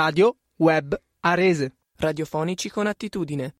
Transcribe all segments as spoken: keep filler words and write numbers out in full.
Radio Web Arese. Radiofonici con attitudine.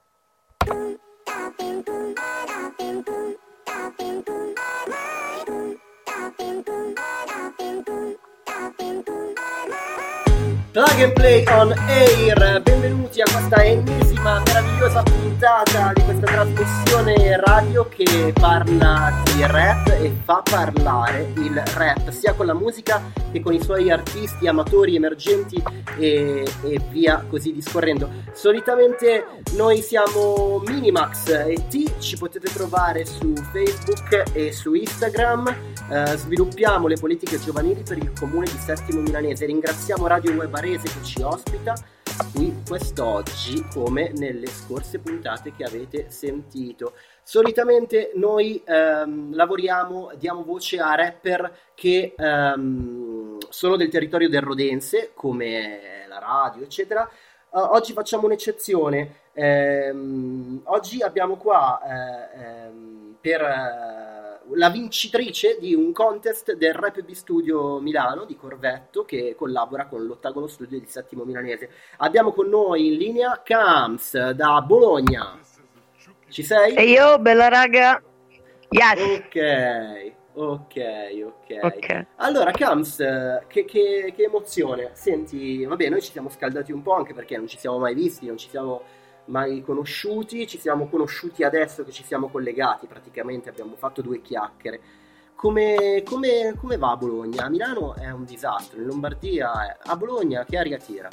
Plug and Play on Air, benvenuti a questa ennesima meravigliosa puntata di questa trasmissione radio che parla di rap e fa parlare il rap, sia con la musica che con i suoi artisti, amatori, emergenti e, e via così discorrendo. Solitamente noi siamo Minimax e T, ci potete trovare su Facebook e su Instagram. Uh, sviluppiamo le politiche giovanili per il comune di Settimo Milanese. Ringraziamo Radio Web Arese che ci ospita qui quest'oggi, come nelle scorse puntate che avete sentito. Solitamente noi um, lavoriamo, diamo voce a rapper che um, sono del territorio del Rodense, come la radio, eccetera. Uh, oggi facciamo un'eccezione. Um, oggi abbiamo qua uh, um, per... Uh, la vincitrice di un contest del Rap B Studio Milano di Corvetto, che collabora con l'Ottagono Studio di Settimo Milanese. Abbiamo con noi in linea Cams da Bologna. Ci sei? E io, bella raga. Yes. Ok, ok, ok. Ok. Allora Cams, che, che, che emozione. Senti, vabbè, noi ci siamo scaldati un po' anche perché non ci siamo mai visti, non ci siamo mai conosciuti, ci siamo conosciuti adesso che ci siamo collegati, praticamente abbiamo fatto due chiacchiere. Come, come, come va a Bologna? A Milano è un disastro, in Lombardia è... A Bologna che aria tira?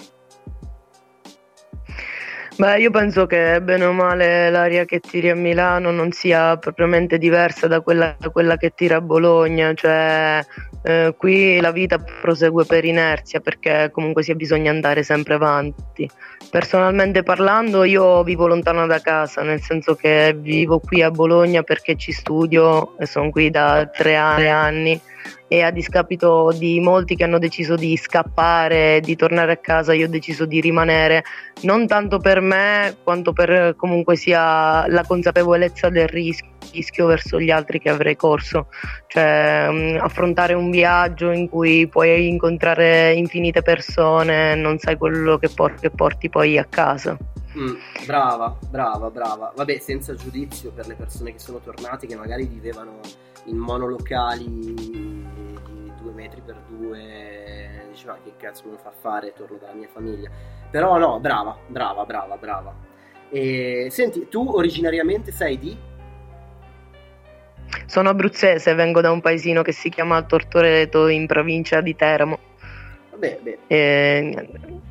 Beh, io penso che bene o male l'aria che tiri a Milano non sia propriamente diversa da quella, da quella che tira a Bologna, cioè eh, qui la vita prosegue per inerzia perché comunque sia bisogna andare sempre avanti. Personalmente parlando io vivo lontano da casa, nel senso che vivo qui a Bologna perché ci studio e sono qui da tre anni. E a discapito di molti che hanno deciso di scappare, di tornare a casa, io ho deciso di rimanere, non tanto per me quanto per comunque sia la consapevolezza del rischio, rischio verso gli altri che avrei corso, cioè um, affrontare un viaggio in cui puoi incontrare infinite persone, non sai quello che porti, che porti poi a casa. Mm, brava, brava, brava. Vabbè, senza giudizio per le persone che sono tornate, che magari vivevano in monolocali di due metri per due, diceva che cazzo me lo fa fare, torno dalla mia famiglia. Però no, brava, brava, brava, brava. E senti, tu originariamente sei di? Sono abruzzese, vengo da un paesino che si chiama Tortoreto in provincia di Teramo. Vabbè, beh. E...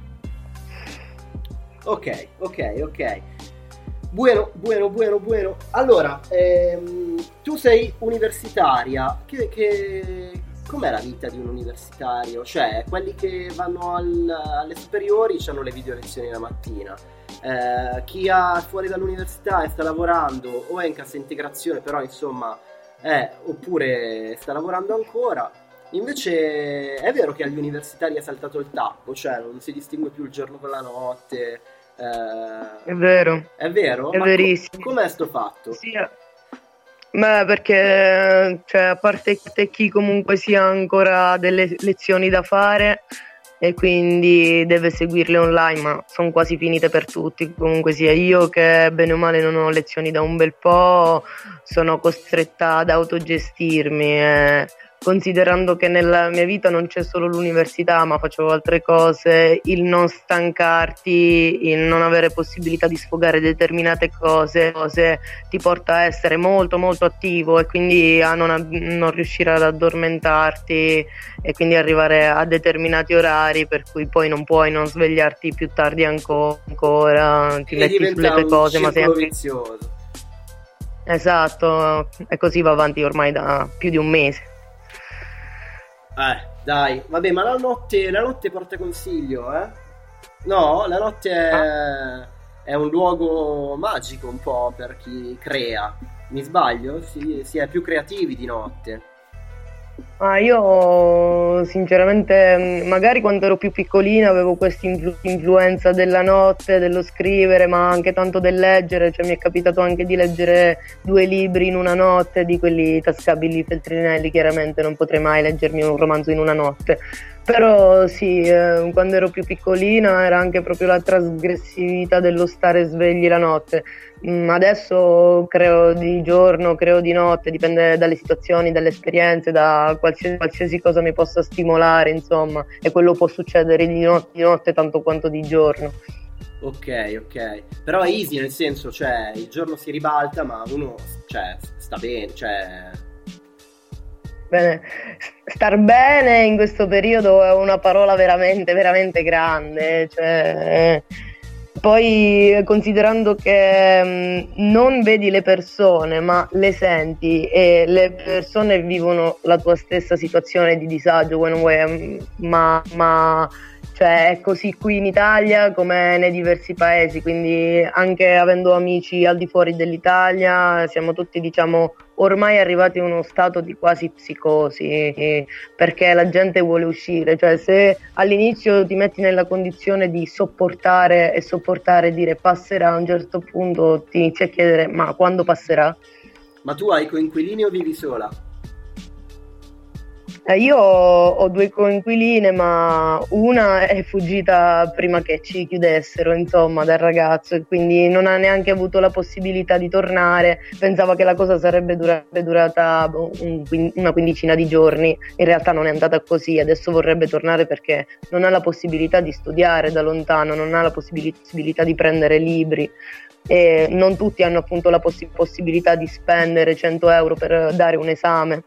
Ok, ok, ok. Buono, buono, buono, buono. Allora, ehm, tu sei universitaria. Che, che... Com'è la vita di un universitario? Cioè, quelli che vanno al, alle superiori hanno le video lezioni la mattina. Eh, chi ha fuori dall'università e sta lavorando o è in cassa integrazione, però insomma, è, oppure sta lavorando ancora. Invece è vero che agli universitari è saltato il tappo, cioè non si distingue più il giorno con la notte. Eh, è vero. È vero? È Ma verissimo. Com- com'è sto fatto? Sì. Beh, perché cioè, a parte chi comunque sia ancora delle lezioni da fare e quindi deve seguirle online, ma sono quasi finite per tutti. Comunque sia, io che bene o male non ho lezioni da un bel po', sono costretta ad autogestirmi e considerando che nella mia vita non c'è solo l'università ma facevo altre cose, il non stancarti, il non avere possibilità di sfogare determinate cose, cose ti porta a essere molto molto attivo e quindi a non, a non riuscire ad addormentarti e quindi arrivare a determinati orari per cui poi non puoi non svegliarti più tardi anco- ancora, ti E metti sulle tue cose, ma sei anche... vizioso. Esatto, e così va avanti ormai da più di un mese. Eh, dai, vabbè, ma la notte, la notte porta consiglio, eh? No, la notte è, ah. è un luogo magico un po' per chi crea. Mi sbaglio? Si, si è più creativi di notte. Ah, io sinceramente, magari quando ero più piccolina avevo questa influ- influenza della notte, dello scrivere, ma anche tanto del leggere, cioè mi è capitato anche di leggere due libri in una notte, di quelli tascabili feltrinelli, chiaramente non potrei mai leggermi un romanzo in una notte. Però sì, eh, quando ero più piccolina era anche proprio la trasgressività dello stare svegli la notte. Mm, Adesso creo di giorno, creo di notte, dipende dalle situazioni, dalle esperienze, da qualsiasi, qualsiasi cosa mi possa stimolare, insomma, e quello può succedere di, no- di notte tanto quanto di giorno. Ok, ok. Però è easy, nel senso, cioè, il giorno si ribalta, ma uno, cioè, sta bene, cioè... Bene, star bene in questo periodo è una parola veramente, veramente grande, cioè, poi considerando che mh, non vedi le persone ma le senti e le persone vivono la tua stessa situazione di disagio, vuoi non vuoi, mh, ma, ma cioè, è così qui in Italia come nei diversi paesi, quindi anche avendo amici al di fuori dell'Italia siamo tutti, diciamo, ormai arrivati a uno stato di quasi psicosi, eh, perché la gente vuole uscire, cioè se all'inizio ti metti nella condizione di sopportare e sopportare e dire passerà, a un certo punto ti inizi a chiedere ma quando passerà? Ma tu hai coinquilini o vivi sola? Eh, io ho, ho due coinquiline, ma una è fuggita prima che ci chiudessero, insomma, dal ragazzo, e quindi non ha neanche avuto la possibilità di tornare. Pensava che la cosa sarebbe dura- durata boh, un quin- una quindicina di giorni, in realtà non è andata così. Adesso vorrebbe tornare perché non ha la possibilità di studiare da lontano, non ha la possibili- possibilità di prendere libri. E non tutti hanno appunto la possi- possibilità di spendere cento euro per dare un esame,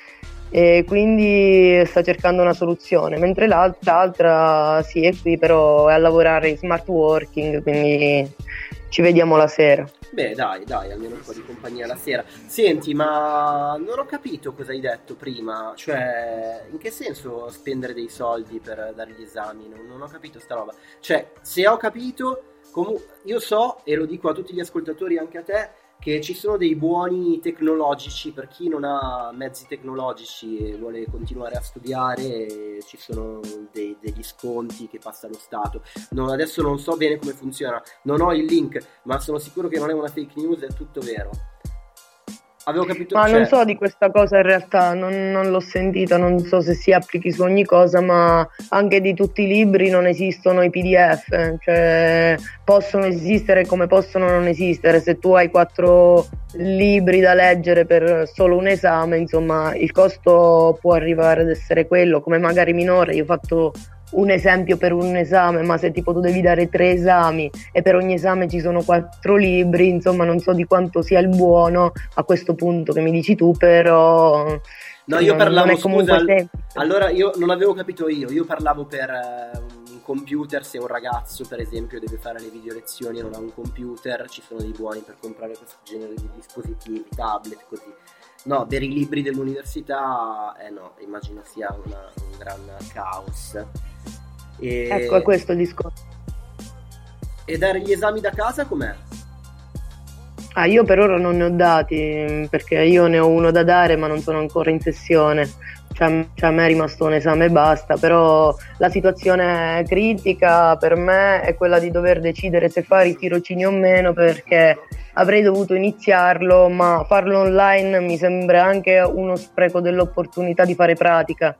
e quindi sta cercando una soluzione, mentre l'altra, l'altra sì, è qui, però è a lavorare in smart working, quindi ci vediamo la sera. Beh, dai, dai, almeno un po' di compagnia la sera. Senti, ma non ho capito cosa hai detto prima, cioè, in che senso spendere dei soldi per dare gli esami? Non, non ho capito sta roba. Cioè, se ho capito, comu- io so, e lo dico a tutti gli ascoltatori, anche a te, che ci sono dei buoni tecnologici per chi non ha mezzi tecnologici e vuole continuare a studiare, e ci sono dei- degli sconti che passa lo Stato. No, adesso non so bene come funziona, non ho il link, ma sono sicuro che non è una fake news, è tutto vero. Avevo capito, Ma cioè, non so di questa cosa in realtà, non, non l'ho sentita, non so se si applichi su ogni cosa, ma anche di tutti i libri non esistono i P D F, cioè possono esistere come possono non esistere. Se tu hai quattro libri da leggere per solo un esame, insomma, il costo può arrivare ad essere quello, come magari minore. Io ho fatto un esempio per un esame, ma se tipo tu devi dare tre esami e per ogni esame ci sono quattro libri, insomma non so di quanto sia il buono a questo punto che mi dici tu, però no, io non, parlavo, non è comunque scusa, semplice. allora io non avevo capito io, io parlavo per eh, un computer. Se un ragazzo, per esempio, deve fare le video lezioni e non ha un computer, ci sono dei buoni per comprare questo genere di dispositivi, tablet, così. No, per i libri dell'università, eh no, immagino sia una, un gran caos. E... Ecco, è questo il discorso. E dare gli esami da casa com'è? Ah, io per ora non ne ho dati, perché io ne ho uno da dare ma non sono ancora in sessione, cioè, cioè a me è rimasto un esame e basta, però la situazione critica per me è quella di dover decidere se fare i tirocini o meno, perché avrei dovuto iniziarlo, ma farlo online mi sembra anche uno spreco dell'opportunità di fare pratica,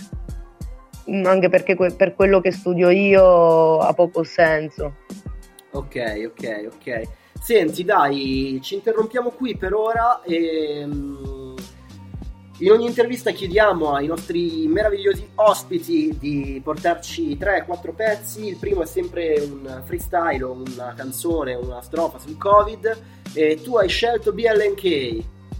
anche perché que- per quello che studio io ha poco senso. Ok, ok, ok. Senti, dai, ci interrompiamo qui per ora e mm, in ogni intervista chiediamo ai nostri meravigliosi ospiti di portarci tre quattro pezzi. Il primo è sempre un freestyle o una canzone, una strofa sul Covid, e tu hai scelto B L N K.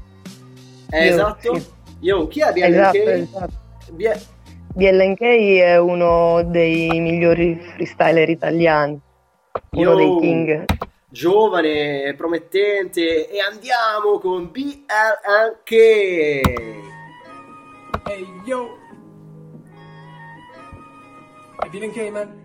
È Io, esatto? sì. Io, chi è B L N K? Esatto, esatto. B- B L N K è uno dei migliori freestyler italiani, uno Yo, dei king. giovane, promettente, e andiamo con B L N K. Hey yo, è B L N K, man.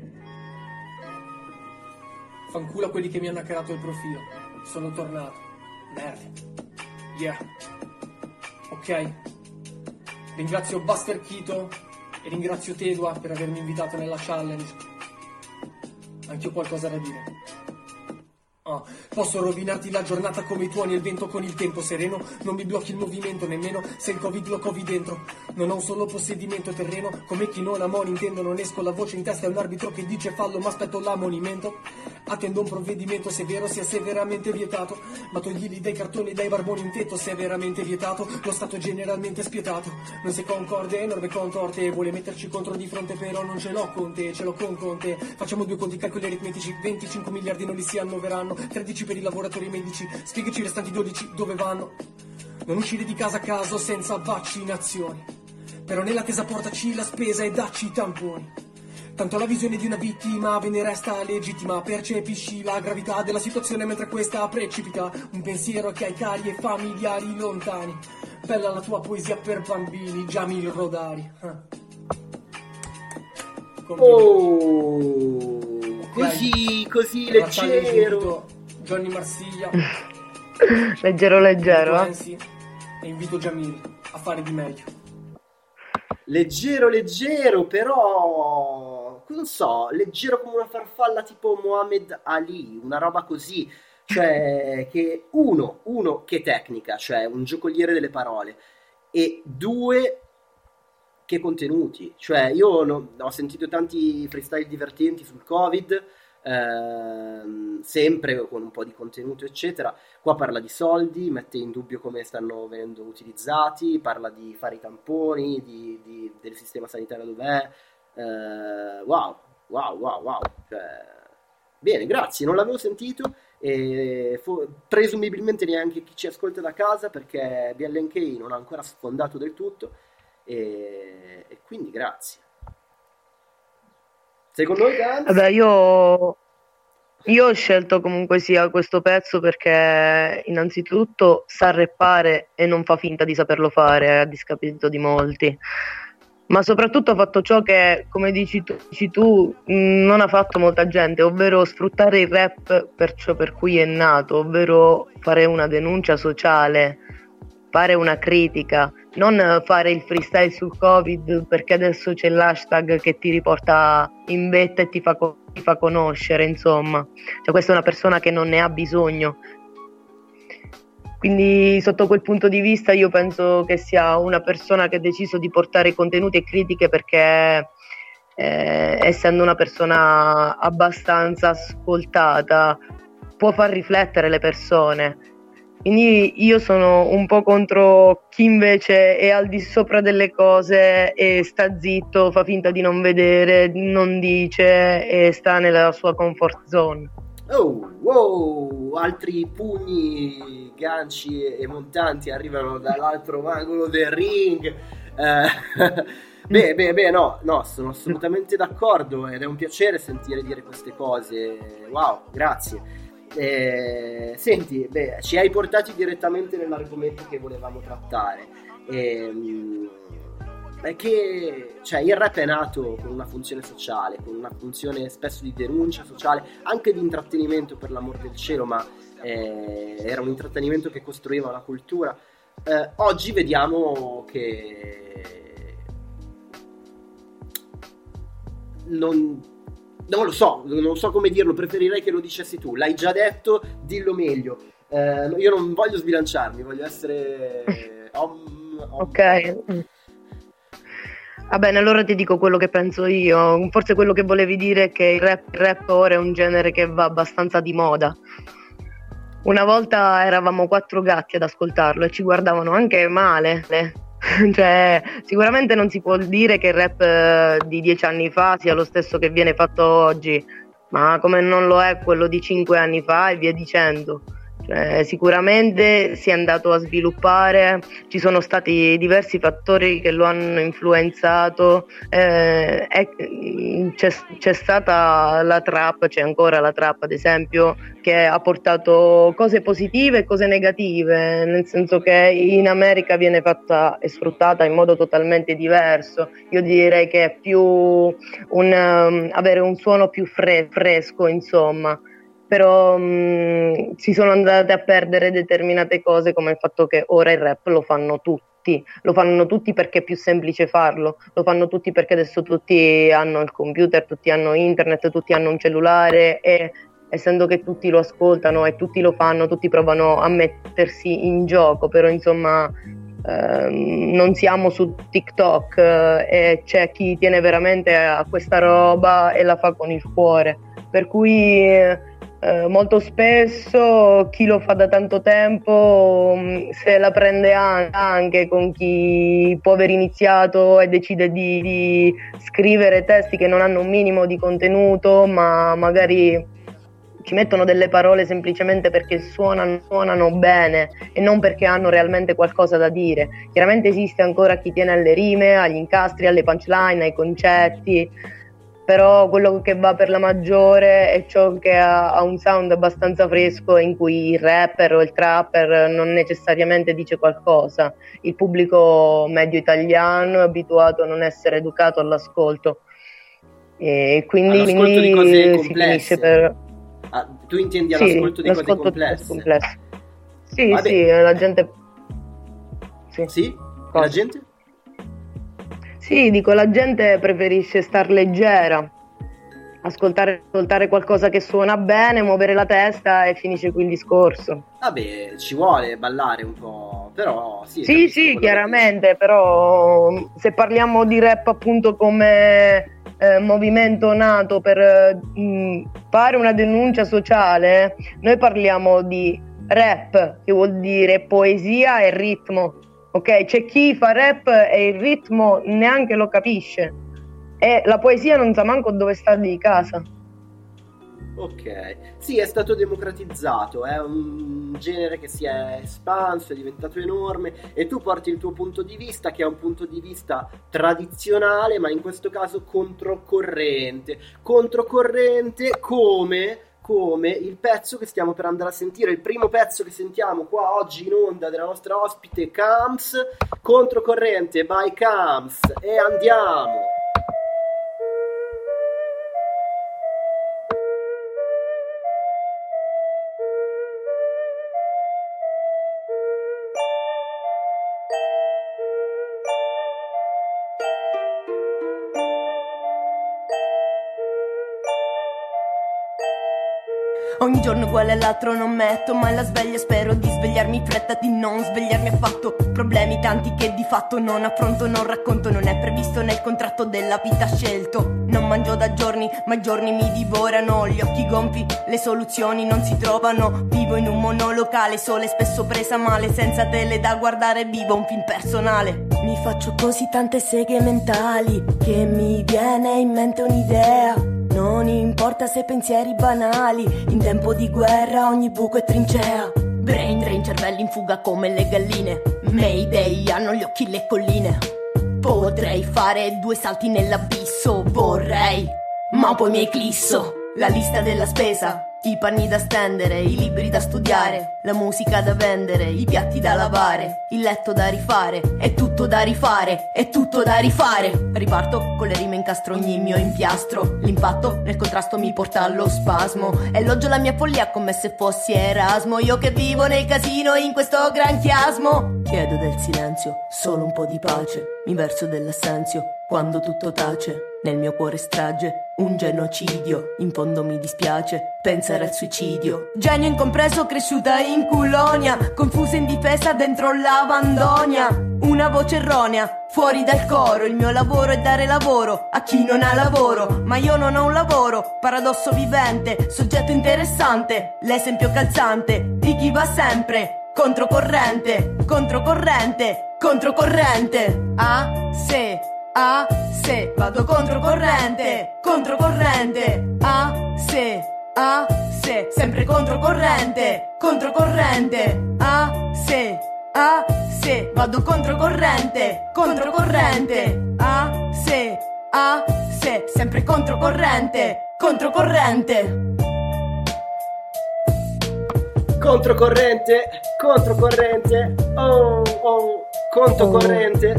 Fanculo a quelli che mi hanno hackerato il profilo. Sono tornato. Merda. Yeah. Ok. Ringrazio Buster Keaton e ringrazio Tedua per avermi invitato nella challenge. Anch'io ho qualcosa da dire. Ah, posso rovinarti la giornata come i tuoni e il vento con il tempo sereno. Non mi blocchi il movimento nemmeno se il covid lo covi dentro. Non ho un solo possedimento terreno, come chi non amo Nintendo. Non esco, la voce in testa è un arbitro che dice fallo ma aspetto l'ammonimento. Attendo un provvedimento severo sia severamente vietato, ma toglili dai cartoni e dai barboni in tetto. Se è veramente vietato, lo stato è generalmente spietato. Non sei concorde, norme contorte, vuole metterci contro di fronte però non ce l'ho con te, ce l'ho con Conte. Facciamo due conti, calcoli aritmetici, venticinque miliardi non li si annoveranno, tredici per i lavoratori medici, spiegaci i restanti dodici dove vanno. Non uscire di casa a caso senza vaccinazioni, però nella tesa portaci la spesa e dacci i tamponi. Tanto la visione di una vittima ve ne resta legittima, percepisci la gravità della situazione mentre questa precipita. Un pensiero che hai cari e familiari lontani. Bella la tua poesia per bambini, Jamil Rodari. Oh, così, così leggero. Johnny Marsiglia. Leggero leggero, eh. E invito Jamil a fare di meglio. Leggero leggero, però non so, leggero come una farfalla tipo Muhammad Ali, una roba così, cioè che uno, uno che tecnica, cioè un giocoliere delle parole, e due che contenuti, cioè io no, ho sentito tanti freestyle divertenti sul Covid, ehm, sempre con un po' di contenuto eccetera. Qua parla di soldi, mette in dubbio come stanno venendo utilizzati, parla di fare i tamponi, di, di, del sistema sanitario dov'è. Uh, wow, wow, wow, wow. Cioè, bene, grazie, non l'avevo sentito e fu, presumibilmente neanche chi ci ascolta da casa perché B L N K non ha ancora sfondato del tutto e, e quindi grazie. Secondo voi, Gans? Vabbè, io io ho scelto comunque sia questo pezzo perché innanzitutto sa rappare e non fa finta di saperlo fare a discapito di molti. Ma soprattutto ha fatto ciò che, come dici tu, dici tu, non ha fatto molta gente, ovvero sfruttare il rap per ciò per cui è nato, ovvero fare una denuncia sociale, fare una critica, non fare il freestyle sul Covid perché adesso c'è l'hashtag che ti riporta in vetta e ti fa, ti fa conoscere, insomma. Cioè, questa è una persona che non ne ha bisogno. Quindi sotto quel punto di vista io penso che sia una persona che ha deciso di portare contenuti e critiche perché eh, essendo una persona abbastanza ascoltata può far riflettere le persone. Quindi io sono un po' contro chi invece è al di sopra delle cose e sta zitto, fa finta di non vedere, non dice e sta nella sua comfort zone. Oh, wow, altri pugni, ganci e montanti arrivano dall'altro angolo del ring. Eh, beh, beh, beh, no, no, sono assolutamente d'accordo ed è un piacere sentire dire queste cose. Wow, grazie. Eh, senti, beh, ci hai portati direttamente nell'argomento che volevamo trattare. Eh, è che cioè, il rap è nato con una funzione sociale, con una funzione spesso di denuncia sociale, anche di intrattenimento per l'amor del cielo, ma eh, era un intrattenimento che costruiva una cultura. Eh, oggi vediamo che non, non lo so, non so come dirlo, preferirei che lo dicessi tu, l'hai già detto, dillo meglio. Eh, io non voglio sbilanciarmi, voglio essere... Om, om. Ok. Va bene, allora ti dico quello che penso io. Forse quello che volevi dire è che il rap, il rap ora è un genere che va abbastanza di moda. Una volta eravamo quattro gatti ad ascoltarlo e ci guardavano anche male. Cioè, sicuramente non si può dire che il rap di dieci anni fa sia lo stesso che viene fatto oggi, ma come non lo è quello di cinque anni fa e via dicendo. Cioè, sicuramente si è andato a sviluppare, ci sono stati diversi fattori che lo hanno influenzato, eh, è, c'è, c'è stata la trap, c'è ancora la trap ad esempio, che ha portato cose positive e cose negative, nel senso che in America viene fatta e sfruttata in modo totalmente diverso. Io direi che è più un um, avere un suono più fre- fresco, insomma. Però mh, si sono andate a perdere determinate cose, come il fatto che ora il rap lo fanno tutti, tutti, lo fanno tutti perché è più semplice farlo, lo fanno tutti perché adesso tutti hanno il computer, tutti hanno internet, tutti hanno un cellulare e essendo che tutti lo ascoltano e tutti lo fanno, tutti provano a mettersi in gioco, però insomma ehm, non siamo su TikTok eh, e c'è chi tiene veramente a questa roba e la fa con il cuore, per cui eh, molto spesso chi lo fa da tanto tempo mh, se la prende anche con chi può aver iniziato e decide di, di scrivere testi che non hanno un minimo di contenuto, ma magari ci mettono delle parole semplicemente perché suonano, suonano bene e non perché hanno realmente qualcosa da dire. Chiaramente esiste ancora chi tiene alle rime, agli incastri, alle punchline, ai concetti, però quello che va per la maggiore è ciò che ha, ha un sound abbastanza fresco in cui il rapper o il trapper non necessariamente dice qualcosa. Il pubblico medio italiano è abituato a non essere educato all'ascolto e quindi, all'ascolto quindi di cose si complesse. finisce per... Ah, tu intendi all'ascolto sì, di cose complesse? complesse? Sì, Vabbè. sì, la gente... Sì, Sì? E Cosa? la gente? Sì, dico, la gente preferisce star leggera, ascoltare, ascoltare qualcosa che suona bene, muovere la testa e finisce qui il discorso. Vabbè, ci vuole ballare un po', però sì. Sì, capisco sì, quello che chiaramente, però se parliamo di rap appunto come eh, movimento nato per eh, mh, fare una denuncia sociale, noi parliamo di rap, che vuol dire poesia e ritmo, ok? C'è chi fa rap e il ritmo neanche lo capisce e la poesia non sa manco dove sta di casa. Ok, sì, è stato democratizzato, è un genere che si è espanso, è diventato enorme e tu porti il tuo punto di vista che è un punto di vista tradizionale, ma in questo caso controcorrente, controcorrente come, come il pezzo che stiamo per andare a sentire, il primo pezzo che sentiamo qua oggi in onda della nostra ospite Camps, controcorrente by Camps, e andiamo! Ogni giorno uguale all'altro non metto mai la sveglia, spero di svegliarmi in fretta, di non svegliarmi affatto. Problemi tanti che di fatto non affronto, non racconto, non è previsto nel contratto della vita scelto. Non mangio da giorni, ma i giorni mi divorano, gli occhi gonfi, le soluzioni non si trovano. Vivo in un monolocale, sole spesso presa male, senza tele da guardare, vivo un film personale. Mi faccio così tante seghe mentali che mi viene in mente un'idea. Non importa se pensieri banali, in tempo di guerra ogni buco è trincea. Brain drain, cervelli in fuga come le galline. Mayday, hanno gli occhi le colline. Potrei fare due salti nell'abisso, vorrei, ma poi mi eclisso. La lista della spesa, i panni da stendere, i libri da studiare, la musica da vendere, i piatti da lavare, il letto da rifare, è tutto da rifare, è tutto da rifare. Riparto con le rime, incastro ogni mio impiastro, l'impatto nel contrasto mi porta allo spasmo, elogio la mia follia come se fossi Erasmo, io che vivo nel casino in questo gran chiasmo. Chiedo del silenzio, solo un po' di pace, mi verso dell'assenzio, quando tutto tace. Nel mio cuore strage, un genocidio, in fondo mi dispiace pensare al suicidio. Genio incompreso, cresciuta in colonia, confusa e indifesa dentro la Vandonia. Una voce erronea, fuori dal coro, il mio lavoro è dare lavoro a chi non ha lavoro, ma io non ho un lavoro, paradosso vivente, soggetto interessante, l'esempio calzante di chi va sempre controcorrente, controcorrente, controcorrente. Ah, se, ah, se, vado controcorrente, controcorrente. Ah, se, ah, se, sempre controcorrente, controcorrente. Ah, se, ah, se, vado controcorrente, controcorrente. Ah, se, ah, se, sempre controcorrente, controcorrente. Controcorrente, controcorrente, oh, oh, controcorrente.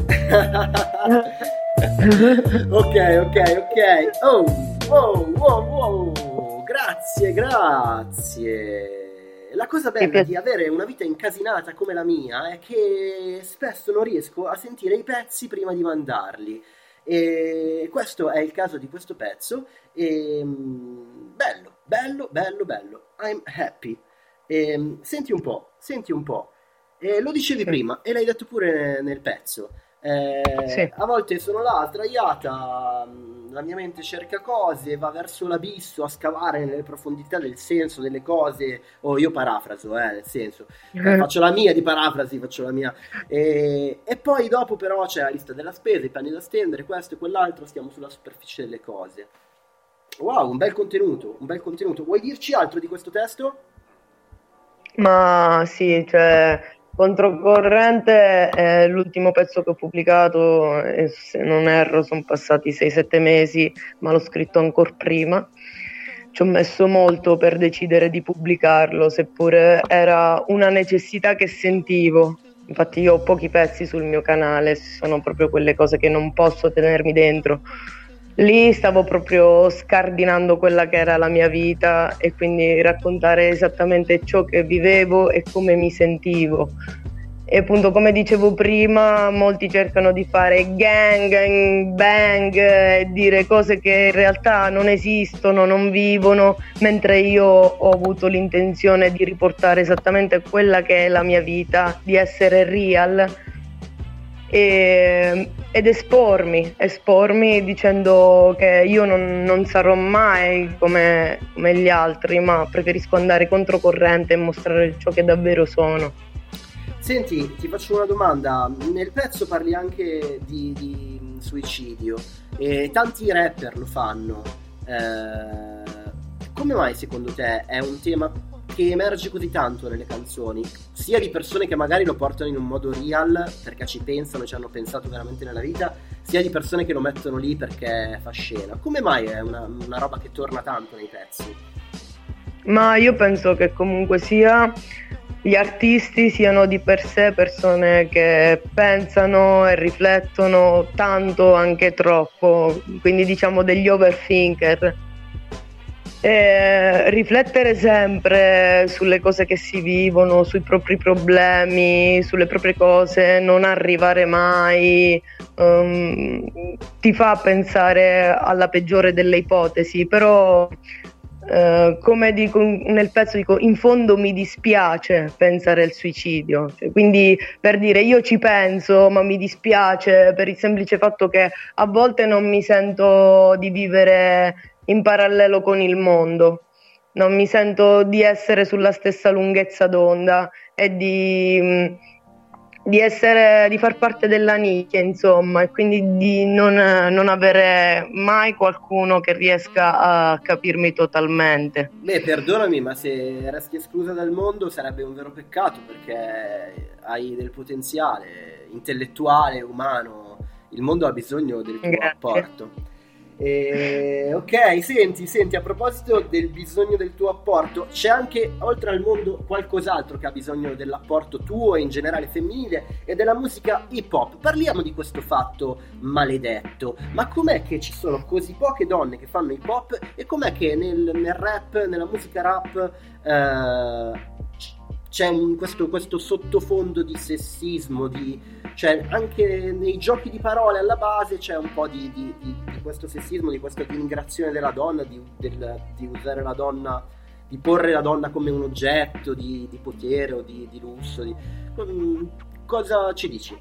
ok, ok, ok. Oh, wow, wow, wow. Grazie, grazie. la cosa bella di avere una vita incasinata come la mia è che spesso non riesco a sentire i pezzi prima di mandarli. E questo è il caso di questo pezzo. E, bello, bello, bello, bello. I'm happy. E, senti un po', senti un po'. E lo dicevi sì. prima e l'hai detto pure nel pezzo. Eh, sì. A volte sono là sdraiata, la mia mente cerca cose, va verso l'abisso a scavare nelle profondità del senso delle cose. O oh, io parafraso, eh, nel senso eh, faccio la mia di parafrasi, faccio la mia e, e poi dopo però c'è la lista della spesa, i panni da stendere, questo e quell'altro, stiamo sulla superficie delle cose. Wow, un bel contenuto, un bel contenuto. Vuoi dirci altro di questo testo? Ma sì, cioè Controcorrente è l'ultimo pezzo che ho pubblicato e se non erro sono passati sei sette mesi, ma l'ho scritto ancora prima. Ci ho messo molto per decidere di pubblicarlo, seppure era una necessità che sentivo. Infatti io ho pochi pezzi sul mio canale, sono proprio quelle cose che non posso tenermi dentro. Lì stavo proprio scardinando quella che era la mia vita e quindi raccontare esattamente ciò che vivevo e come mi sentivo. E appunto, come dicevo prima, molti cercano di fare gang, bang e dire cose che in realtà non esistono, non vivono, mentre io ho avuto l'intenzione di riportare esattamente quella che è la mia vita, di essere real. E, ed espormi, espormi dicendo che io non, non sarò mai come, come gli altri, ma preferisco andare controcorrente e mostrare ciò che davvero sono. Senti, ti faccio una domanda. Nel pezzo parli anche di, di suicidio e tanti rapper lo fanno. Eh, come mai secondo te è un tema che emerge così tanto nelle canzoni, sia di persone che magari lo portano in un modo real perché ci pensano e ci hanno pensato veramente nella vita, sia di persone che lo mettono lì perché fa scena? Come mai è una, una roba che torna tanto nei pezzi? Ma io penso che comunque sia gli artisti siano di per sé persone che pensano e riflettono tanto, anche troppo, quindi diciamo degli overthinker. E riflettere sempre sulle cose che si vivono, sui propri problemi, sulle proprie cose, non arrivare mai, um, ti fa pensare alla peggiore delle ipotesi, però uh, come dico nel pezzo, dico in fondo mi dispiace pensare al suicidio, cioè, quindi per dire io ci penso ma mi dispiace per il semplice fatto che a volte non mi sento di vivere in parallelo con il mondo, non mi sento di essere sulla stessa lunghezza d'onda e di, di essere, di far parte della nicchia, insomma, e quindi di non, non avere mai qualcuno che riesca a capirmi totalmente. Beh, perdonami, ma se resti esclusa dal mondo sarebbe un vero peccato, perché hai del potenziale intellettuale, umano, il mondo ha bisogno del tuo Grazie. apporto. Eh, ok, senti, senti, a proposito del bisogno del tuo apporto, c'è anche oltre al mondo qualcos'altro che ha bisogno dell'apporto tuo e in generale femminile, ed è la musica hip hop. Parliamo di questo fatto maledetto. Ma com'è che ci sono così poche donne che fanno hip hop e com'è che nel, nel rap, nella musica rap eh, c'è un, questo, questo sottofondo di sessismo, di, cioè anche nei giochi di parole alla base c'è un po' di, di, di, di questo sessismo, di questa denigrazione della donna, di, del, di usare la donna, di porre la donna come un oggetto di, di potere o di, di lusso. Di, cosa ci dici?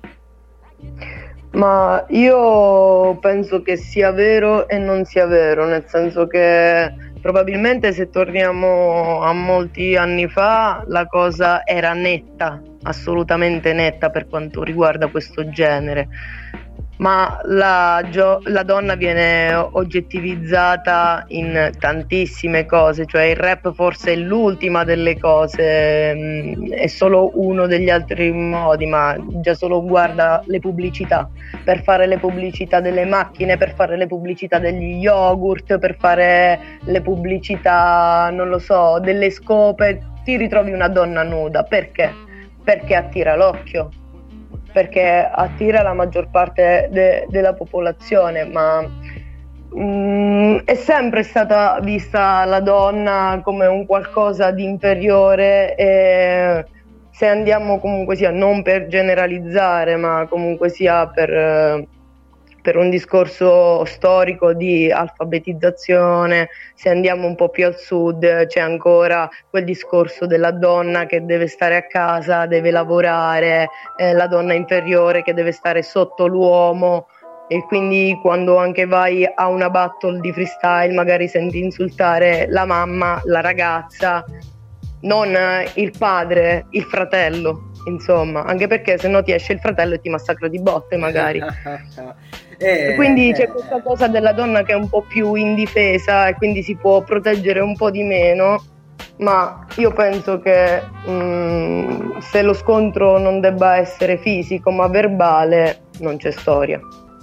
Ma io penso che sia vero e non sia vero, nel senso che probabilmente se torniamo a molti anni fa la cosa era netta, assolutamente netta per quanto riguarda questo genere, ma la, gio- la donna viene oggettivizzata in tantissime cose, cioè il rap forse è l'ultima delle cose, mh, è solo uno degli altri modi, ma già solo guarda le pubblicità, per fare le pubblicità delle macchine, per fare le pubblicità degli yogurt, per fare le pubblicità, non lo so, delle scope, ti ritrovi una donna nuda, perché? Perché attira l'occhio, perché attira la maggior parte de- della popolazione, ma Mm, è sempre stata vista la donna come un qualcosa di inferiore, e se andiamo comunque sia, non per generalizzare, ma comunque sia per, per un discorso storico di alfabetizzazione, se andiamo un po' più al sud c'è ancora quel discorso della donna che deve stare a casa, deve lavorare, eh, la donna inferiore che deve stare sotto l'uomo. E quindi quando anche vai a una battle di freestyle magari senti insultare la mamma, la ragazza, non il padre, il fratello, insomma, anche perché se no ti esce il fratello e ti massacra di botte magari. eh, e quindi eh, c'è questa cosa della donna che è un po' più indifesa e quindi si può proteggere un po' di meno, ma io penso che mh, se lo scontro non debba essere fisico ma verbale, non c'è storia.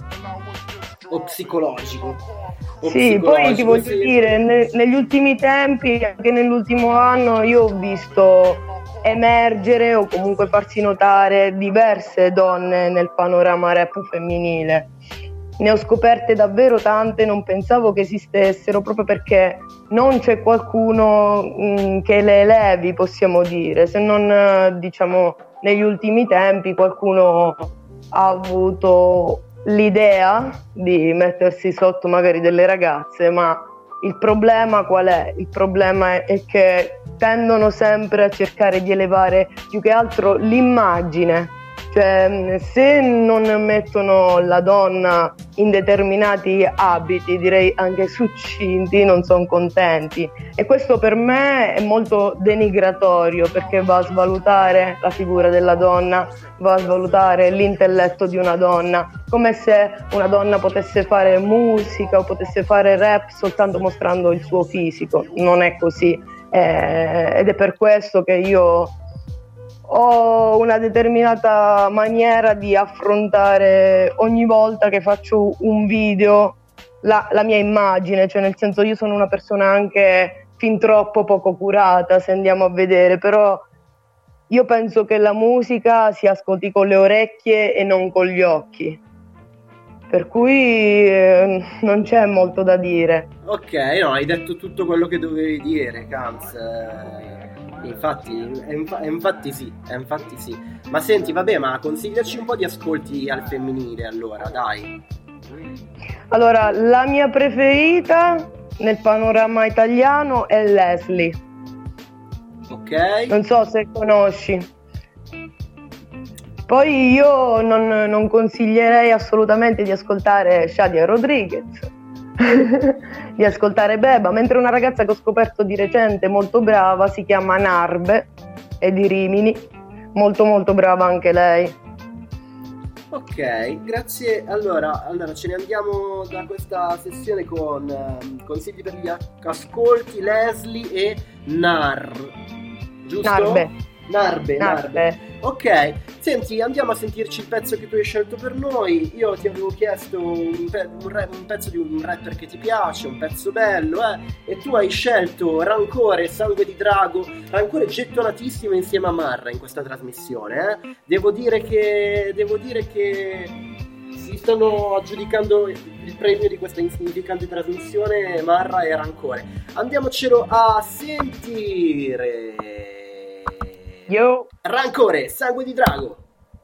O psicologico. O sì, psicologico, poi ti voglio sì. dire, ne, negli ultimi tempi, anche nell'ultimo anno, io ho visto emergere o comunque farsi notare diverse donne nel panorama rap femminile. Ne ho scoperte davvero tante, non pensavo che esistessero, proprio perché non c'è qualcuno mh, che le elevi, possiamo dire, se non diciamo negli ultimi tempi qualcuno ha avuto l'idea di mettersi sotto magari delle ragazze, ma il problema qual è? Il problema è, è che tendono sempre a cercare di elevare più che altro l'immagine, cioè se non mettono la donna in determinati abiti, direi anche succinti, non sono contenti, e questo per me è molto denigratorio, perché va a svalutare la figura della donna, va a svalutare l'intelletto di una donna, come se una donna potesse fare musica o potesse fare rap soltanto mostrando il suo fisico. Non è così, eh, ed è per questo che io ho una determinata maniera di affrontare ogni volta che faccio un video la, la mia immagine, cioè nel senso, io sono una persona anche fin troppo poco curata, se andiamo a vedere, però io penso che la musica si ascolti con le orecchie e non con gli occhi, per cui eh, non c'è molto da dire. Ok, no, hai detto tutto quello che dovevi dire, Camps. Eh, infatti, è infa- è infatti sì, è infatti sì. Ma senti, vabbè, ma consigliaci un po' di ascolti al femminile, allora, dai. Allora, la mia preferita nel panorama italiano è Leslie. Ok. Non so se conosci. Poi io non, non consiglierei assolutamente di ascoltare Shadia Rodriguez, di ascoltare Beba, mentre una ragazza che ho scoperto di recente molto brava si chiama Narbe, è di Rimini, molto molto brava anche lei. Ok, grazie. Allora, allora ce ne andiamo da questa sessione con um, consigli per gli ascolti, Leslie e Nar, giusto? Narbe. Narbe, Narbe. Narbe. Ok, senti, andiamo a sentirci il pezzo che tu hai scelto per noi. Io ti avevo chiesto un, pe- un, re- un pezzo di un rapper che ti piace, un pezzo bello, eh? E tu hai scelto Rancore, Sangue di Drago. Rancore gettonatissimo insieme a Marra in questa trasmissione, eh? Devo dire che devo dire che si stanno aggiudicando il premio di questa insignificante trasmissione Marra e Rancore. Andiamocelo a sentire. Yo. Rancore, Sangue di Drago.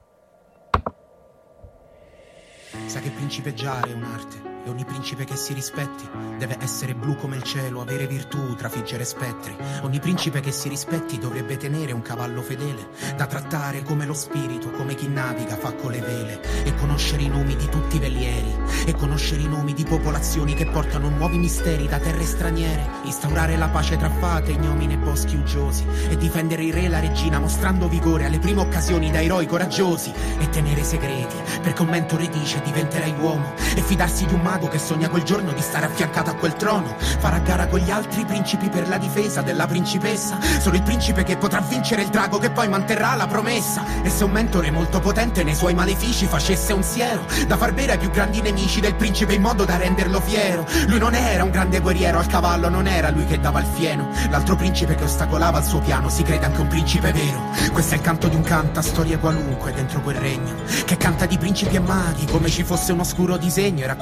Sa che principeggiare è un'arte, e ogni principe che si rispetti deve essere blu come il cielo, avere virtù, trafiggere spettri. Ogni principe che si rispetti dovrebbe tenere un cavallo fedele, da trattare come lo spirito, come chi naviga fa con le vele, e conoscere i nomi di tutti i velieri, e conoscere i nomi di popolazioni che portano nuovi misteri da terre straniere, instaurare la pace tra fate, ignomini e boschi uggiosi, e difendere il re e la regina mostrando vigore alle prime occasioni da eroi coraggiosi, e tenere segreti, perché un mentore dice diventerai uomo, e fidarsi di un mago che sogna quel giorno di stare affiancato a quel trono, fare a gara con gli altri principi per la difesa della principessa, solo il principe che potrà vincere il drago che poi manterrà la promessa. E se un mentore molto potente nei suoi malefici facesse un siero da far bere ai più grandi nemici del principe in modo da renderlo fiero, lui non era un grande guerriero al cavallo, non era lui che dava il fieno, l'altro principe che ostacolava il suo piano si crede anche un principe vero. Questo è il canto di un canta storia qualunque dentro quel regno, che canta di principi e maghi come ci fosse un oscuro disegno, e racconta di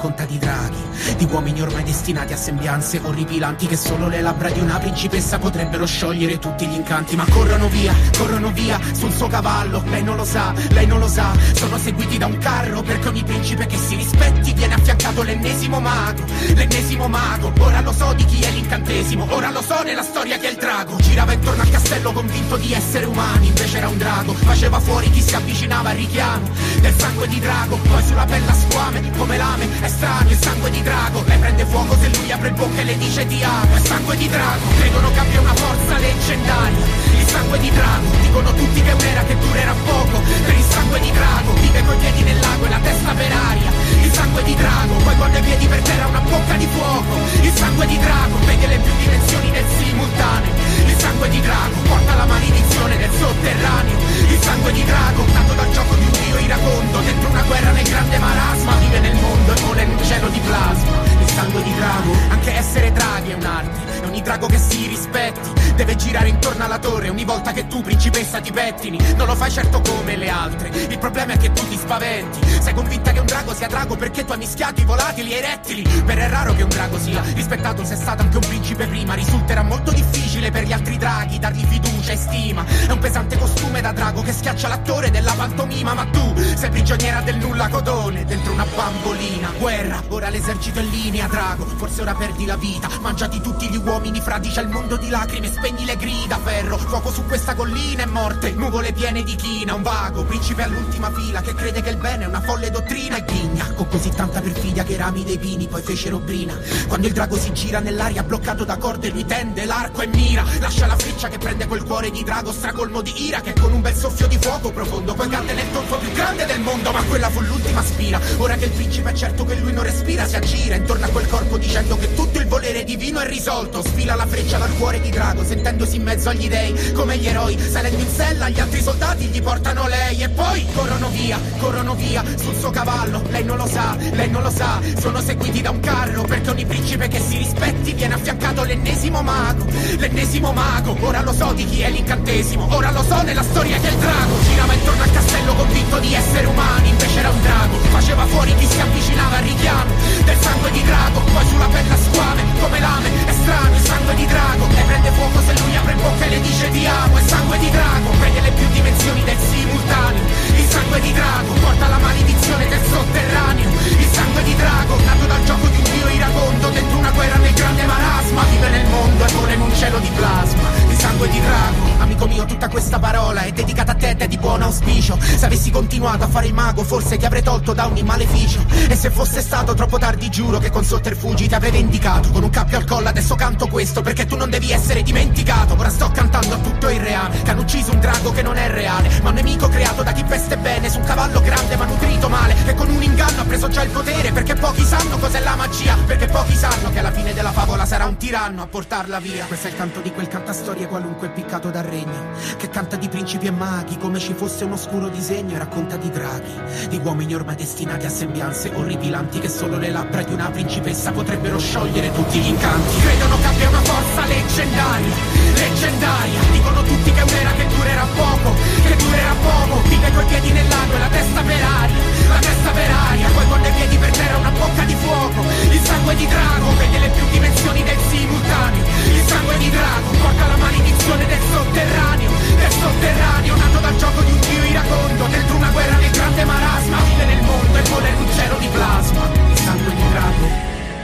draghi, di uomini ormai destinati a sembianze orripilanti che solo le labbra di una principessa potrebbero sciogliere tutti gli incanti. Ma corrono via, corrono via sul suo cavallo, lei non lo sa, lei non lo sa, sono seguiti da un carro, perché ogni principe che si rispetti viene affiancato l'ennesimo mago, l'ennesimo mago. Ora lo so di chi è l'incantesimo, ora lo so nella storia che è il drago. Girava intorno al castello convinto di essere umani, invece era un drago, faceva fuori chi si avvicinava al richiamo del sangue di drago. Poi sulla pelle a squame, come lame, è strano il sangue di drago. Lei prende fuoco se lui apre bocca e le dice ti amo, è sangue di drago. Credono che abbia una forza leggendaria, il sangue di drago. Dicono tutti che è un'era che durerà poco, per il sangue di drago. Vive coi piedi nel lago e la testa per aria, il sangue di drago. Poi quando i piedi per terra una bocca di fuoco, il sangue di drago. Vede le più dimensioni nel simultaneo, il sangue di drago. Porta la maledizione del sotterraneo, il sangue di drago. Nato dal gioco di un dio iracondo, dentro una guerra nel grande marasma. Vive nel mondo e vola in un cielo di plasma, il sangue di drago. Anche essere draghi è un'arte, e ogni drago che si rispetti deve girare intorno alla torre ogni volta che tu principessa ti pettini. Non lo fai certo come le altre, il problema è che tu ti spaventi. Sei convinta che un drago sia drago perché tu hai mischiato i volatili e i rettili. Per è raro che un drago sia rispettato se è stato anche un principe prima. Risulterà molto difficile per gli altri draghi dargli fiducia e stima. È un pesante costume da drago che schiaccia l'attore della pantomima. Ma tu sei prigioniera del nulla codone, dentro una bambolina. Guerra, ora l'esercito è in linea drago, forse ora perdi la vita. Mangiati tutti gli uomini fradicia, il mondo di lacrime, spegni le grida. Ferro, fuoco su questa collina e morte, nuvole piene di china. Un vago principe all'ultima fila che crede che il bene è una folle dottrina e ghigna con così tanta perfidia che i rami dei pini poi fecero brina. Quando il drago si gira nell'aria bloccato da corde, lui tende l'arco e mira. Lascia la freccia che prende quel cuore di drago stracolmo di ira, che con un bel soffio di fuoco profondo poi cade nel tonfo più grande del mondo. Ma quella fu l'ultima spira. Ora che il principe è certo che lui non respira, si aggira intorno a quel corpo dicendo che tutto il volere divino è risolto. Sfila la freccia dal cuore di drago, sentendosi in mezzo agli dei come gli eroi. Salendo in sella gli altri soldati gli portano lei e poi corrono via, corrono via sul suo cavallo. Lei non lo sa, lei non lo sa, sono seguiti da un carro, perché ogni principe che si rispetti viene affiancato l'ennesimo mago, l'ennesimo mago. Ora lo so di chi è l'incantesimo, ora lo so nella storia che è il drago. Girava intorno al castello convinto di essere umani, invece era un drago, faceva fuori chi si avvicinava al richiamo del sangue di drago. Poi sulla pelle a squame, come lame, è strano il sangue di drago. Lei prende fuoco se lui apre bocca e le dice ti amo, è sangue di drago. Vede le più dimensioni del simultaneo, il sangue di drago. Porta la maledizione del sotterraneo, il sangue di drago. Nato dal gioco di un dio iracondo, dentro una guerra nel grande marasma. Vive nel mondo e vola in un cielo di plasma, il sangue di drago. Amico mio, tutta questa parola è dedicata a te ed è di buon auspicio. Se avessi continuato a fare il mago forse ti avrei tolto da ogni maleficio, e se fosse stato troppo tardi giuro che con sotterfugi ti avrei vendicato. Con un cappio al collo adesso canto questo perché tu non devi essere dimenticato. Ora sto cantando a tutto il reame, che hanno ucciso un drago che non è reale, ma un nemico creato da chi veste bene su un cavallo grande ma nutrito male, e con un inganno ha preso già il potere. Perché pochi sanno cos'è la magia, perché pochi sanno che alla fine della favola sarà un tiranno a portarla via. Questo è il canto di quel cantastorie qualunque piccato dal regno, che canta di principi e maghi come ci fosse un oscuro disegno, e racconta di draghi, di uomini ormai destinati a sembianze orripilanti che solo le labbra di una principessa potrebbero sciogliere tutti gli incanti. Credono che abbia una forza leggendaria, leggendaria. Dicono tutti che è un'era che durerà poco, che durerà poco. Vive coi piedi nell'ago e la testa per aria, la testa per aria. Poi con i piedi per terra una bocca di fuoco, il sangue di drago. Vede le più dimensioni del simultaneo, il sangue di drago. Porta la maledizione del sotterraneo, del sotterraneo. Nato dal gioco di un dio iracondo, dentro una guerra nel grande marasma. Vive nel mondo e vola in un cielo di plasma, il sangue di drago.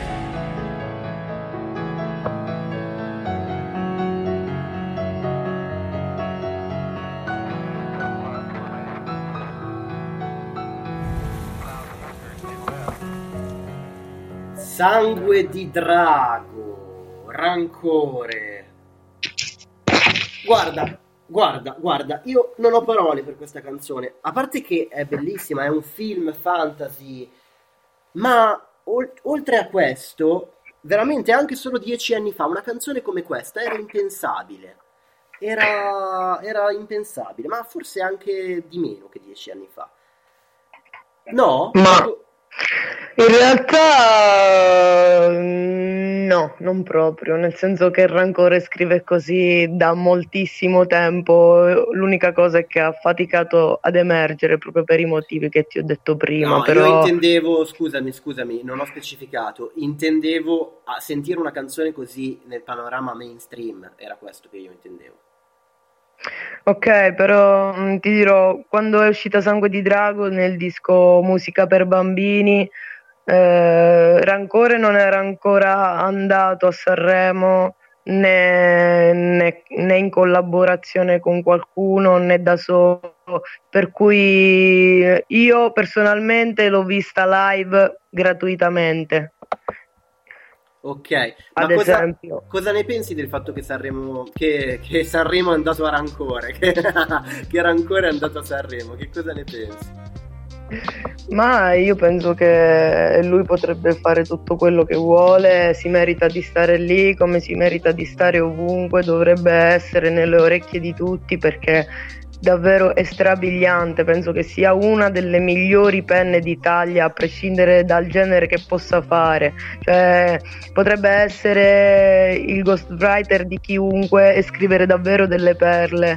Sangue di drago, rancore. Guarda, guarda, guarda, io non ho parole per questa canzone. A parte che è bellissima, è un film fantasy, ma ol- oltre a questo, veramente anche solo dieci anni fa, una canzone come questa era impensabile. Era, era impensabile, ma forse anche di meno che dieci anni fa. No? Ma In realtà no, non proprio, nel senso che Rancore scrive così da moltissimo tempo, l'unica cosa è che ha faticato ad emergere proprio per i motivi che ti ho detto prima. No, però... io intendevo, scusami, scusami, non ho specificato, intendevo a sentire una canzone così nel panorama mainstream, era questo che io intendevo. Ok, però mh, ti dirò, quando è uscita Sangue di Drago nel disco Musica per bambini, eh, Rancore non era ancora andato a Sanremo né, né, né in collaborazione con qualcuno né da solo, per cui io personalmente l'ho vista live gratuitamente. Ok, ma Ad cosa, esempio. cosa ne pensi del fatto che Sanremo, che, che Sanremo è andato a Rancore, che, che Rancore è andato a Sanremo, che cosa ne pensi? Ma io penso che lui potrebbe fare tutto quello che vuole, si merita di stare lì come si merita di stare ovunque, dovrebbe essere nelle orecchie di tutti perché davvero è strabiliante, penso che sia una delle migliori penne d'Italia a prescindere dal genere che possa fare, cioè potrebbe essere il ghostwriter di chiunque e scrivere davvero delle perle.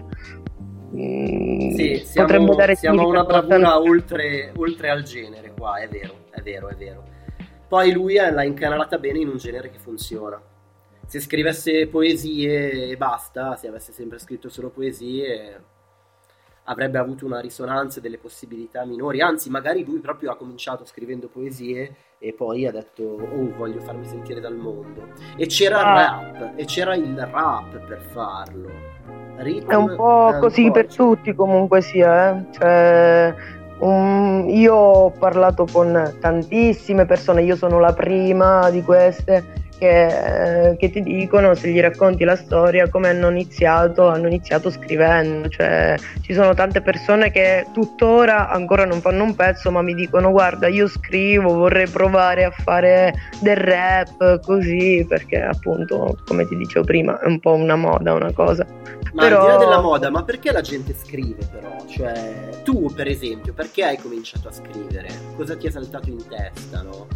Mm, Sì, siamo, siamo a una bravura oltre, oltre al genere qua, è vero, è vero, è vero. Poi lui l'ha incanalata bene in un genere che funziona. Se scrivesse poesie e basta, se avesse sempre scritto solo poesie, avrebbe avuto una risonanza e delle possibilità minori, anzi magari lui proprio ha cominciato scrivendo poesie e poi ha detto oh voglio farmi sentire dal mondo, e c'era il rap, e c'era il rap per farlo. Rhythm, è un po' eh, così un po' per tutti comunque sia, eh? Cioè, um, io ho parlato con tantissime persone, io sono la prima di queste che, eh, che ti dicono, se gli racconti la storia, come hanno iniziato, hanno iniziato scrivendo, cioè ci sono tante persone che tuttora ancora non fanno un pezzo ma mi dicono guarda io scrivo, vorrei provare a fare del rap così, perché appunto come ti dicevo prima è un po' una moda, una cosa. Ma Però... al di là della moda, ma perché la gente scrive però? Cioè, tu per esempio, perché hai cominciato a scrivere? Cosa ti è saltato in testa, no?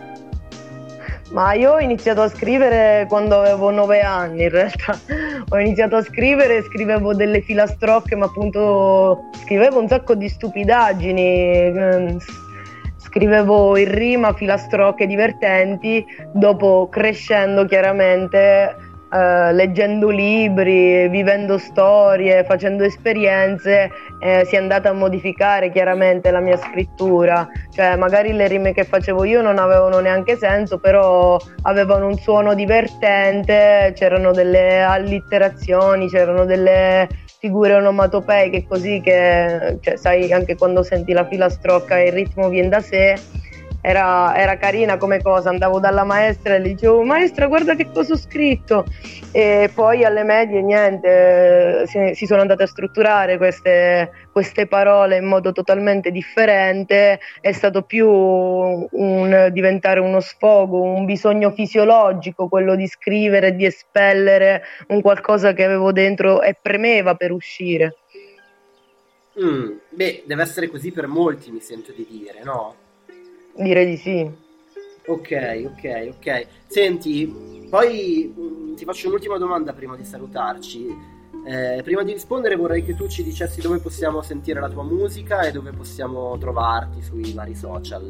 Ma io ho iniziato a scrivere quando avevo nove anni, in realtà. Ho iniziato a scrivere, scrivevo delle filastrocche, ma appunto scrivevo un sacco di stupidaggini. Scrivevo in rima filastrocche divertenti, dopo crescendo chiaramente, eh, leggendo libri, vivendo storie, facendo esperienze, eh, si è andata a modificare chiaramente la mia scrittura, cioè magari le rime che facevo io non avevano neanche senso, però avevano un suono divertente, c'erano delle allitterazioni, c'erano delle figure onomatopeiche così che, cioè, sai, anche quando senti la filastrocca e il ritmo viene da sé, era, era carina come cosa. Andavo dalla maestra e le dicevo maestra guarda che cosa ho scritto, e poi alle medie niente, si, si sono andate a strutturare queste, queste parole in modo totalmente differente, è stato più un diventare uno sfogo, un bisogno fisiologico quello di scrivere, di espellere un qualcosa che avevo dentro e premeva per uscire. Mm, beh, deve essere così per molti, mi sento di dire, no? Direi di sì. Ok, ok, ok. Senti, poi mh, ti faccio un'ultima domanda prima di salutarci. Eh, prima di rispondere vorrei che tu ci dicessi dove possiamo sentire la tua musica e dove possiamo trovarti sui vari social.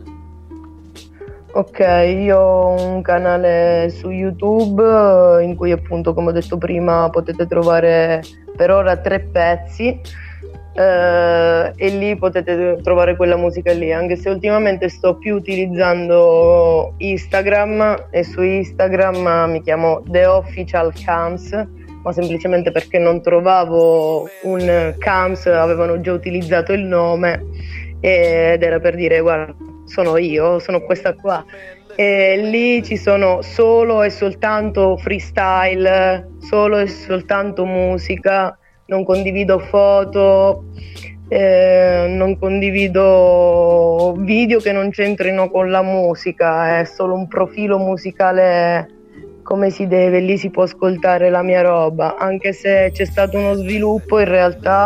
Ok, io ho un canale su YouTube in cui appunto, come ho detto prima, potete trovare per ora tre pezzi. Uh, e lì potete trovare quella musica lì, anche se ultimamente sto più utilizzando Instagram, e su Instagram mi chiamo The Official Cams, ma semplicemente perché non trovavo un Cams, avevano già utilizzato il nome ed era per dire guarda sono io, sono questa qua, e lì ci sono solo e soltanto freestyle, solo e soltanto musica. Non condivido foto, eh, non condivido video che non c'entrino con la musica, è solo un profilo musicale come si deve, lì si può ascoltare la mia roba, anche se c'è stato uno sviluppo in realtà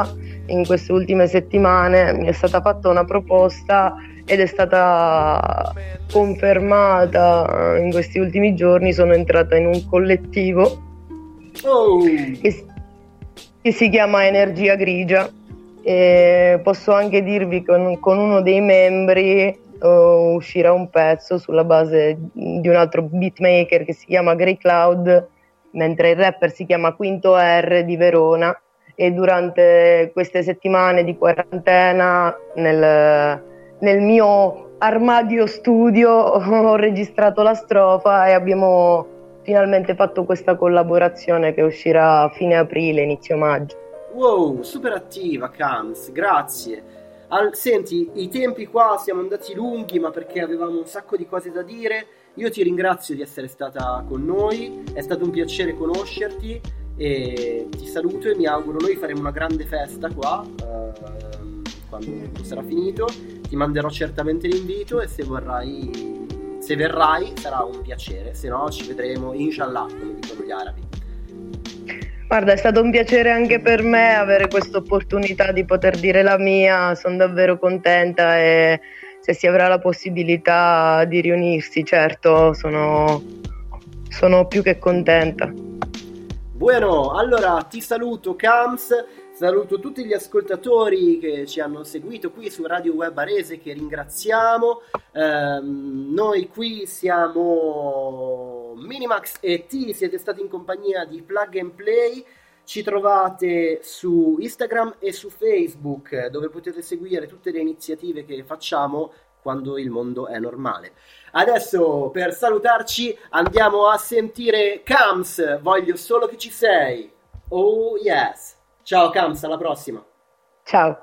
in queste ultime settimane mi è stata fatta una proposta ed è stata confermata in questi ultimi giorni. Sono entrata in un collettivo Oh. che, che si chiama Energia Grigia, e posso anche dirvi che con, con uno dei membri uh, uscirà un pezzo sulla base di un altro beatmaker che si chiama Grey Cloud, mentre il rapper si chiama Quinto R di Verona. E durante queste settimane di quarantena nel, nel mio armadio studio ho registrato la strofa e abbiamo finalmente fatto questa collaborazione che uscirà a fine aprile, inizio maggio. Wow, super attiva Cams, grazie. Al, senti, i tempi qua siamo andati lunghi, ma perché avevamo un sacco di cose da dire. Io ti ringrazio di essere stata con noi, è stato un piacere conoscerti e ti saluto e mi auguro, noi faremo una grande festa qua uh, quando sarà finito, ti manderò certamente l'invito e se vorrai, se verrai sarà un piacere, se no ci vedremo inshallah, come dicono gli arabi. Guarda, è stato un piacere anche per me avere questa opportunità di poter dire la mia, sono davvero contenta e se si avrà la possibilità di riunirsi, certo, sono, sono più che contenta. Bueno, allora ti saluto Cams, saluto tutti gli ascoltatori che ci hanno seguito qui su Radio Web Arese, che ringraziamo. Ehm, noi qui siamo Minimax e T, siete stati in compagnia di Plug and Play. Ci trovate su Instagram e su Facebook, dove potete seguire tutte le iniziative che facciamo quando il mondo è normale. Adesso, per salutarci, andiamo a sentire Cams, Voglio solo che ci sei. Oh yes. Ciao Cams, alla prossima. Ciao.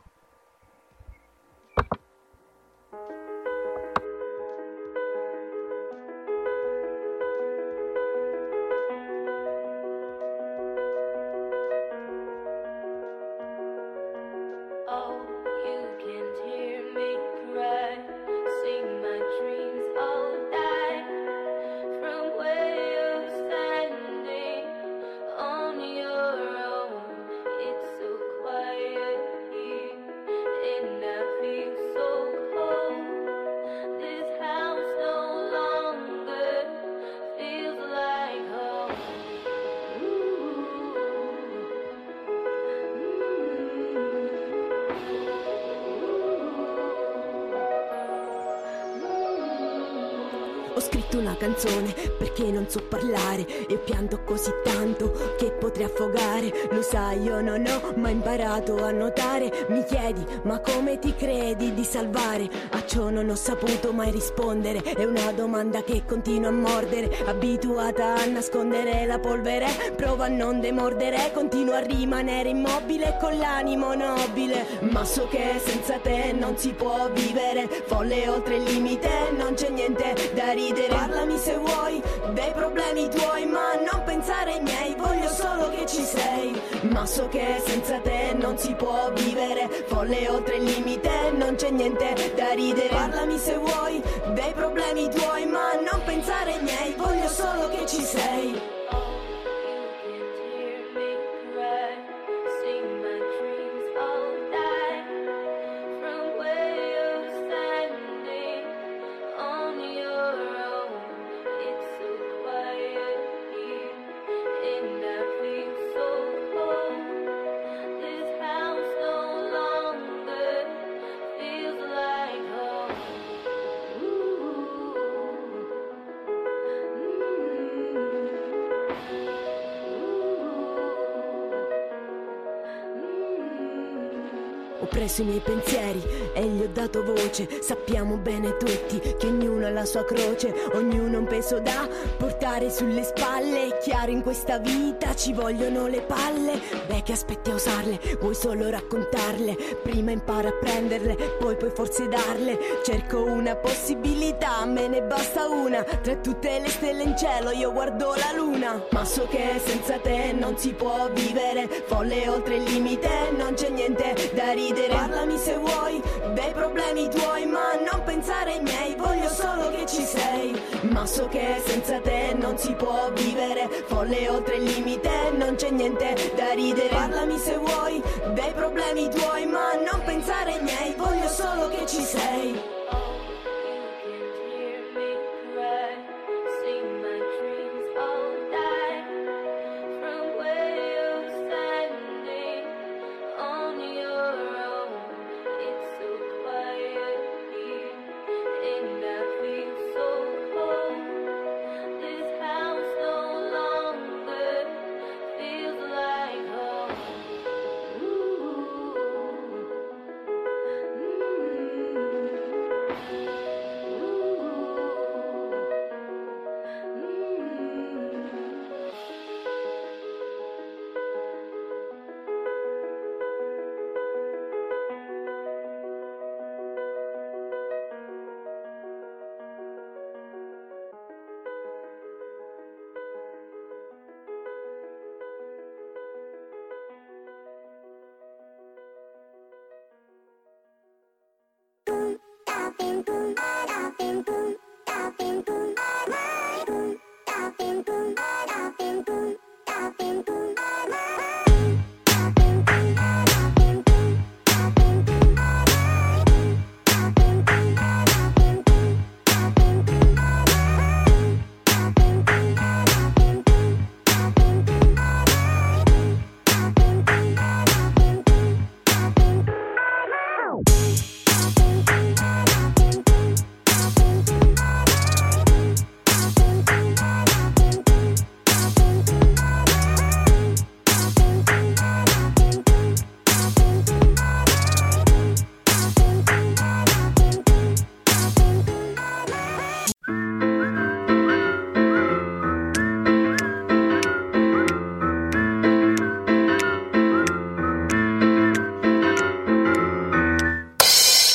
Ho scritto una canzone perché non so parlare e pianto così tanto che potrei affogare. Lo sai, io non ho mai imparato a nuotare. Mi chiedi, ma come ti credi di salvare? A ciò non ho saputo mai rispondere. È una domanda che continua a mordere. Abituata a nascondere la polvere, prova a non demordere. Continuo a rimanere immobile con l'animo nobile. Ma so che senza te non si può vivere. Folle oltre il limite, non c'è niente da ridere. Parlami se vuoi dei problemi tuoi, ma non pensare ai miei. Voglio solo che ci sei. Ma so che senza te non si può vivere. Folle oltre il limite, non c'è niente da ridere. Parlami se vuoi dei problemi tuoi, ma non pensare ai miei. Voglio solo che ci sei. Ho preso i miei pensieri e gli ho dato voce. Sappiamo bene tutti che ognuno ha la sua croce, ognuno ha un peso da portare sulle spalle. È chiaro, in questa vita ci vogliono le palle. Beh, che aspetti a usarle? Vuoi solo raccontarle? Prima impara a prenderle, poi puoi forse darle. Cerco una possibilità, me ne basta una. Tra tutte le stelle in cielo io guardo la luna. Ma so che senza te non si può vivere. Folle oltre il limite, non c'è niente da ridere. Parlami se vuoi dei problemi tuoi, ma non pensare ai miei. Voglio solo che ci sei. Ma ma so che senza te non si può vivere. Folle oltre il limite, non c'è niente da ridere. Parlami se vuoi dei problemi tuoi, ma non pensare ai miei, voglio solo che ci sei.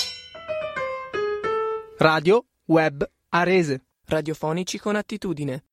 Radio Web Arese. Radiofonici con attitudine.